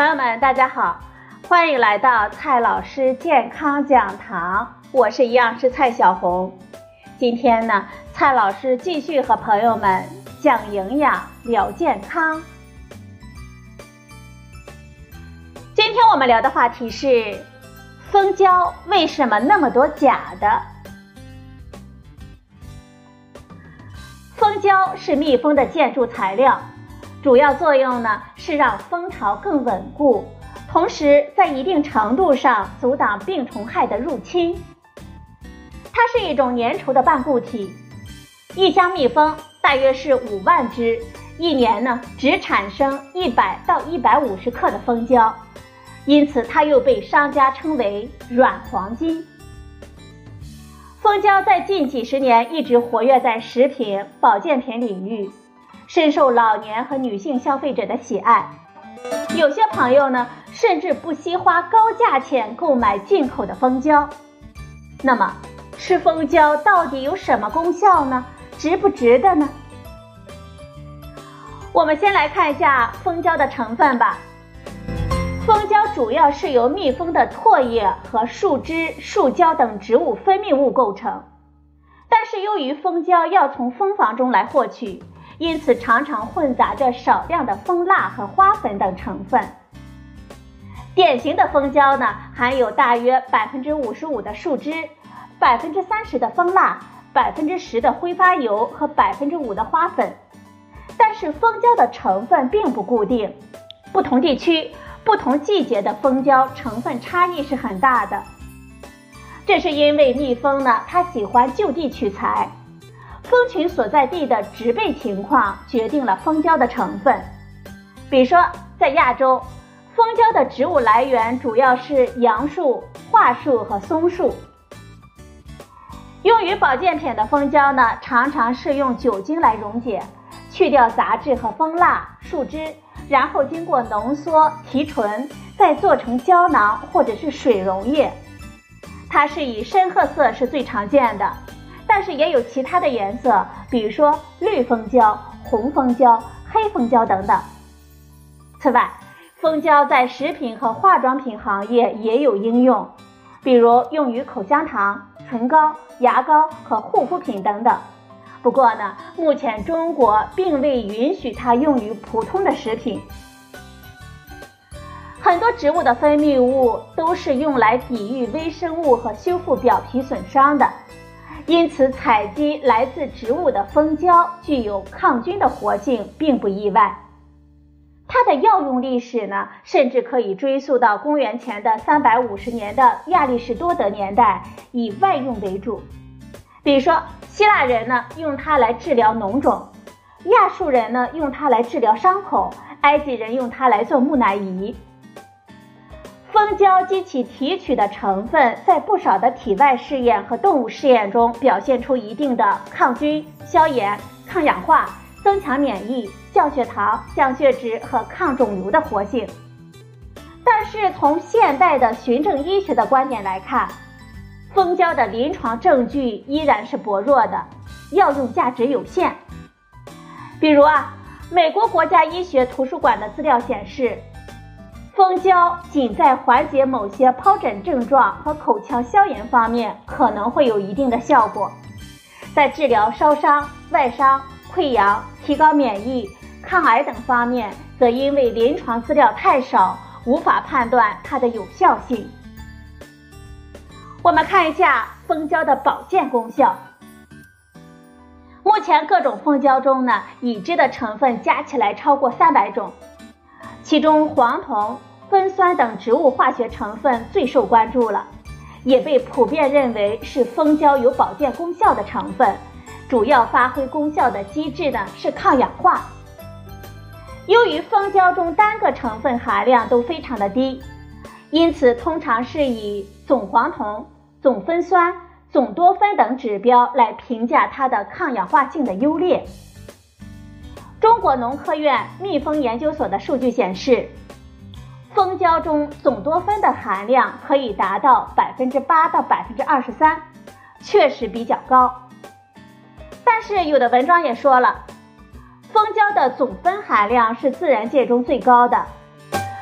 友们，大家好，欢迎来到蔡老师健康讲堂，我是营养师蔡小红。今天呢，蔡老师继续和朋友们讲营养聊健康。今天我们聊的话题是蜂胶为什么那么多假的？蜂胶是蜜蜂的建筑材料，主要作用呢是让蜂巢更稳固，同时在一定程度上阻挡病虫害的入侵。它是一种粘稠的半固体，一箱蜜蜂大约是5万只，一年呢只产生100到150克的蜂胶，因此它又被商家称为软黄金。蜂胶在近几十年一直活跃在食品、保健品领域，深受老年和女性消费者的喜爱。有些朋友呢，甚至不惜花高价钱购买进口的蜂胶。那么，吃蜂胶到底有什么功效呢？值不值得呢？我们先来看一下蜂胶的成分吧。蜂胶主要是由蜜蜂的唾液和树枝、树胶等植物分泌物构成，但是由于蜂胶要从蜂房中来获取，因此常常混杂着少量的蜂蜡和花粉等成分。典型的蜂胶呢，含有大约 55% 的树枝、30% 的蜂蜡、10% 的挥发油和 5% 的花粉。但是蜂胶的成分并不固定，不同地区、不同季节的蜂胶成分差异是很大的。这是因为蜜蜂呢，它喜欢就地取材，蜂群所在地的植被情况决定了蜂胶的成分。比如说，在亚洲，蜂胶的植物来源主要是杨树、桦树和松树。用于保健品的蜂胶呢，常常是用酒精来溶解，去掉杂质和蜂蜡、树枝，然后经过浓缩、提纯，再做成胶囊或者是水溶液。它是以深褐色是最常见的，但是也有其他的颜色，比如说绿蜂胶、红蜂胶、黑蜂胶等等。此外，蜂胶在食品和化妆品行业也有应用，比如用于口香糖、唇膏、牙膏和护肤品等等。不过呢，目前中国并未允许它用于普通的食品。很多植物的分泌物都是用来抵御微生物和修复表皮损伤的，因此采集来自植物的蜂胶具有抗菌的活性并不意外。它的药用历史呢，甚至可以追溯到公元前的350年的亚里士多德年代，以外用为主。比如说，希腊人呢用它来治疗脓肿，亚述人呢用它来治疗伤口，埃及人用它来做木乃伊。蜂胶及其提取的成分在不少的体外试验和动物试验中表现出一定的抗菌、消炎、抗氧化、增强免疫、降血糖、降血脂和抗肿瘤的活性。但是从现代的循证医学的观点来看，蜂胶的临床证据依然是薄弱的，药用价值有限。比如美国国家医学图书馆的资料显示，蜂胶仅在缓解某些疱疹症状和口腔消炎方面可能会有一定的效果，在治疗烧伤、外伤、溃疡、提高免疫、抗癌等方面，则因为临床资料太少，无法判断它的有效性。我们看一下蜂胶的保健功效。目前各种蜂胶中呢，已知的成分加起来超过300种，其中黄酮、酚酸等植物化学成分最受关注了，也被普遍认为是蜂胶有保健功效的成分。主要发挥功效的机制呢是抗氧化。由于蜂胶中单个成分含量都非常的低，因此通常是以总黄酮、总酚酸、总多酚等指标来评价它的抗氧化性的优劣。中国农科院蜜蜂研究所的数据显示，蜂胶中总多酚的含量可以达到 8% 到 23%， 确实比较高。但是有的文章也说了，蜂胶的总酚含量是自然界中最高的，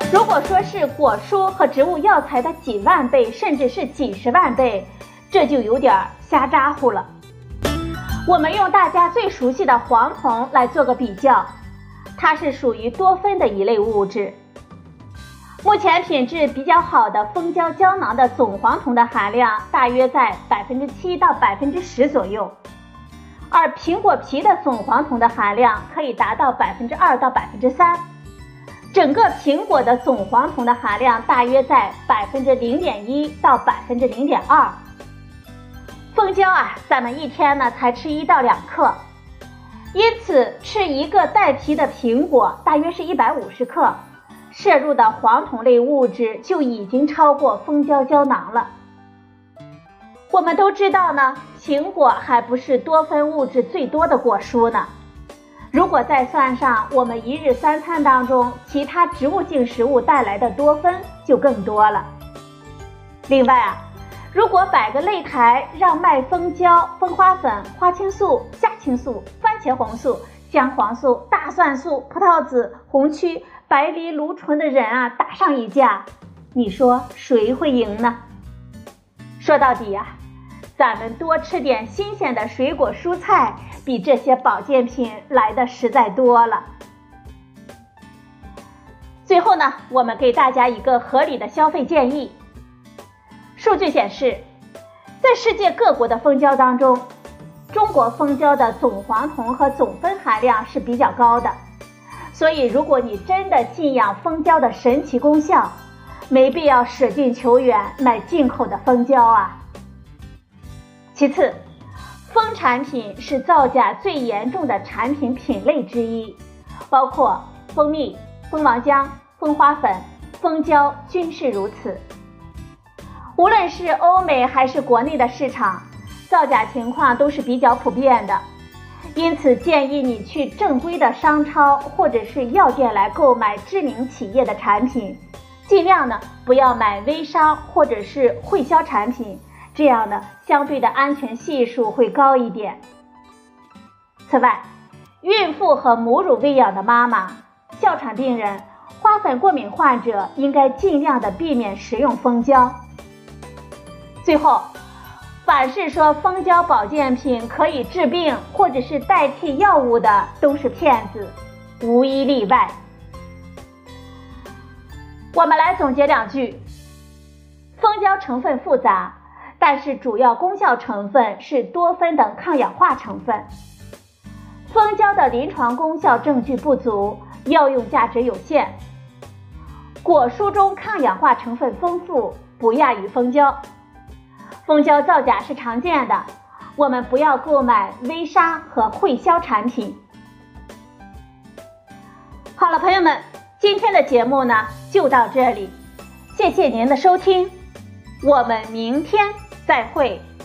如果说是果蔬和植物药材的几万倍，甚至是几十万倍，这就有点瞎咋呼了。我们用大家最熟悉的黄酮来做个比较，它是属于多酚的一类物质。目前品质比较好的蜂胶胶囊的总黄酮的含量大约在7%到10%左右，而苹果皮的总黄酮的含量可以达到2%到3%，整个苹果的总黄酮的含量大约在0.1%到0.2%。蜂胶咱们一天呢才吃1到2克，因此吃一个带皮的苹果大约是150克，摄入的黄酮类物质就已经超过蜂胶胶囊了。我们都知道呢，苹果还不是多酚物质最多的果蔬呢。如果再算上我们一日三餐当中其他植物性食物带来的多酚，就更多了。另外如果摆个擂台让卖蜂胶、蜂花粉、花青素、虾青素、番茄红素、姜黄素、大蒜素、葡萄籽、红曲、白藜芦醇的人打上一架，你说谁会赢呢？说到底咱们多吃点新鲜的水果蔬菜，比这些保健品来的实在多了。最后呢，我们给大家一个合理的消费建议。数据显示，在世界各国的蜂胶当中，中国蜂胶的总黄酮和总酚含量是比较高的，所以如果你真的信仰蜂胶的神奇功效，没必要舍近求远买进口的蜂胶其次，蜂产品是造假最严重的产品品类之一，包括蜂蜜、蜂王浆、蜂花粉、蜂胶均是如此。无论是欧美还是国内的市场，造假情况都是比较普遍的，因此建议你去正规的商超或者是药店来购买知名企业的产品，尽量呢不要买微商或者是会销产品，这样呢相对的安全系数会高一点。此外，孕妇和母乳喂养的妈妈、哮喘病人、花粉过敏患者应该尽量的避免食用蜂胶。最后，凡是说蜂胶保健品可以治病或者是代替药物的都是骗子，无一例外。我们来总结2句：蜂胶成分复杂，但是主要功效成分是多酚等抗氧化成分。蜂胶的临床功效证据不足，药用价值有限。果蔬中抗氧化成分丰富，不亚于蜂胶。蜂胶造假是常见的，我们不要购买微商和会销产品。好了，朋友们，今天的节目呢就到这里，谢谢您的收听，我们明天再会。